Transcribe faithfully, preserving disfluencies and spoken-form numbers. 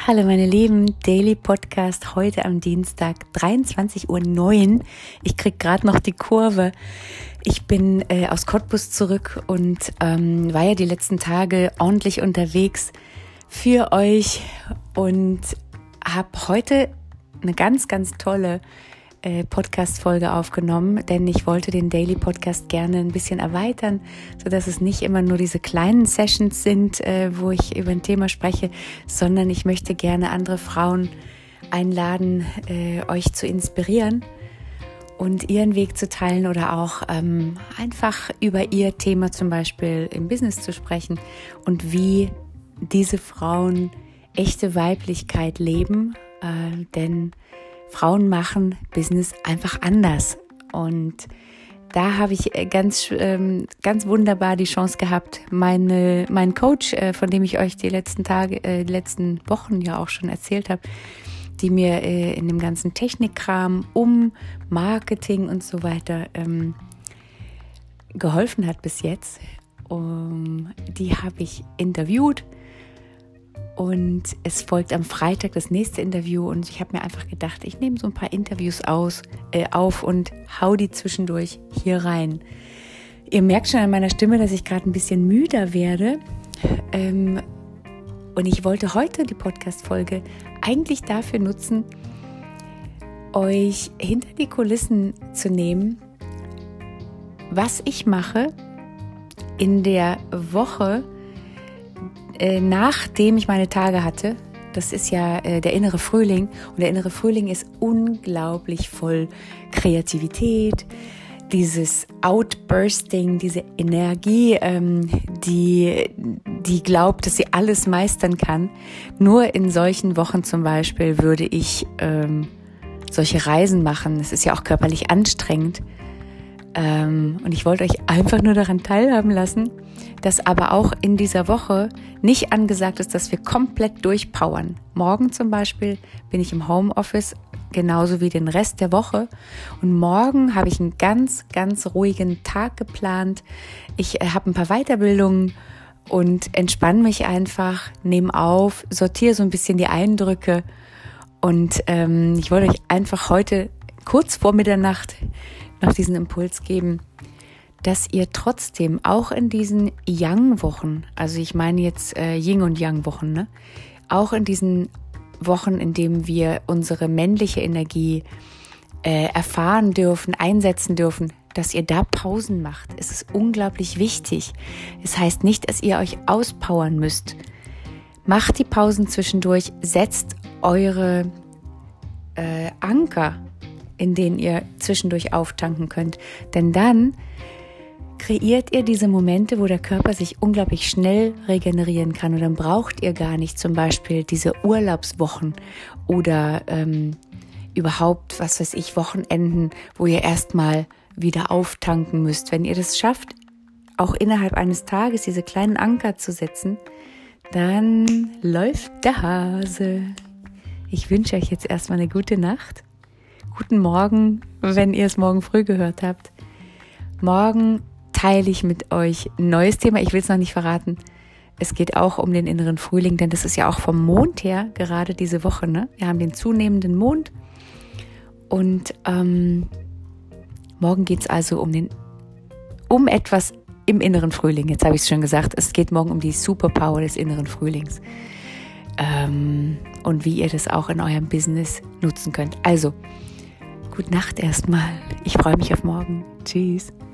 Hallo meine Lieben, Daily Podcast heute am Dienstag, dreiundzwanzig Uhr neun. Ich krieg gerade noch die Kurve. Ich bin äh, aus Cottbus zurück und ähm, war ja die letzten Tage ordentlich unterwegs für euch und habe heute eine ganz, ganz tolle äh, Podcast-Folge aufgenommen, denn ich wollte den Daily Podcast gerne ein bisschen erweitern, sodass es nicht immer nur diese kleinen Sessions sind, äh, wo ich über ein Thema spreche, sondern ich möchte gerne andere Frauen einladen, äh, euch zu inspirieren und ihren Weg zu teilen oder auch ähm, einfach über ihr Thema zum Beispiel im Business zu sprechen und wie diese Frauen echte Weiblichkeit leben, äh, denn Frauen machen Business einfach anders. Und da habe ich ganz, ähm, ganz wunderbar die Chance gehabt, meine, mein Coach, äh, von dem ich euch die letzten Tage, äh, die letzten Wochen ja auch schon erzählt habe, die mir äh, in dem ganzen Technikkram um Marketing und so weiter ähm, geholfen hat bis jetzt. Um, die habe ich interviewt. Und es folgt am Freitag das nächste Interview und ich habe mir einfach gedacht, ich nehme so ein paar Interviews aus, äh, auf und hau die zwischendurch hier rein. Ihr merkt schon an meiner Stimme, dass ich gerade ein bisschen müder werde. Ähm, und ich wollte heute die Podcast-Folge eigentlich dafür nutzen, euch hinter die Kulissen zu nehmen, was ich mache in der Woche, nachdem ich meine Tage hatte. Das ist ja äh, der innere Frühling und der innere Frühling ist unglaublich voll Kreativität, dieses Outbursting, diese Energie, ähm, die, die glaubt, dass sie alles meistern kann. Nur in solchen Wochen zum Beispiel würde ich ähm, solche Reisen machen. Es ist ja auch körperlich anstrengend. Ähm, und ich wollte euch einfach nur daran teilhaben lassen, dass aber auch in dieser Woche nicht angesagt ist, dass wir komplett durchpowern. Morgen zum Beispiel bin ich im Homeoffice, genauso wie den Rest der Woche. Und morgen habe ich einen ganz, ganz ruhigen Tag geplant. Ich äh, habe ein paar Weiterbildungen und entspanne mich einfach, nehme auf, sortiere so ein bisschen die Eindrücke. Und ähm, ich wollte euch einfach heute kurz vor Mitternacht noch diesen Impuls geben, dass ihr trotzdem auch in diesen Yang-Wochen, also ich meine jetzt äh, Yin- und Yang-Wochen, ne? Auch in diesen Wochen, in denen wir unsere männliche Energie äh, erfahren dürfen, einsetzen dürfen, dass ihr da Pausen macht. Es ist unglaublich wichtig. Es heißt nicht, dass ihr euch auspowern müsst. Macht die Pausen zwischendurch, setzt eure äh, Anker, in denen ihr zwischendurch auftanken könnt. Denn dann kreiert ihr diese Momente, wo der Körper sich unglaublich schnell regenerieren kann und dann braucht ihr gar nicht zum Beispiel diese Urlaubswochen oder ähm, überhaupt, was weiß ich, Wochenenden, wo ihr erstmal wieder auftanken müsst. Wenn ihr das schafft, auch innerhalb eines Tages diese kleinen Anker zu setzen, dann läuft der Hase. Ich wünsche euch jetzt erstmal eine gute Nacht. Guten Morgen, wenn ihr es morgen früh gehört habt. Morgen teile ich mit euch ein neues Thema. Ich will es noch nicht verraten. Es geht auch um den inneren Frühling, denn das ist ja auch vom Mond her gerade diese Woche. Ne? Wir haben den zunehmenden Mond und ähm, morgen geht es also um, den, um etwas im inneren Frühling. Jetzt habe ich es schon gesagt. Es geht morgen um die Superpower des inneren Frühlings ähm, und wie ihr das auch in eurem Business nutzen könnt. Also, gute Nacht erstmal. Ich freue mich auf morgen. Tschüss.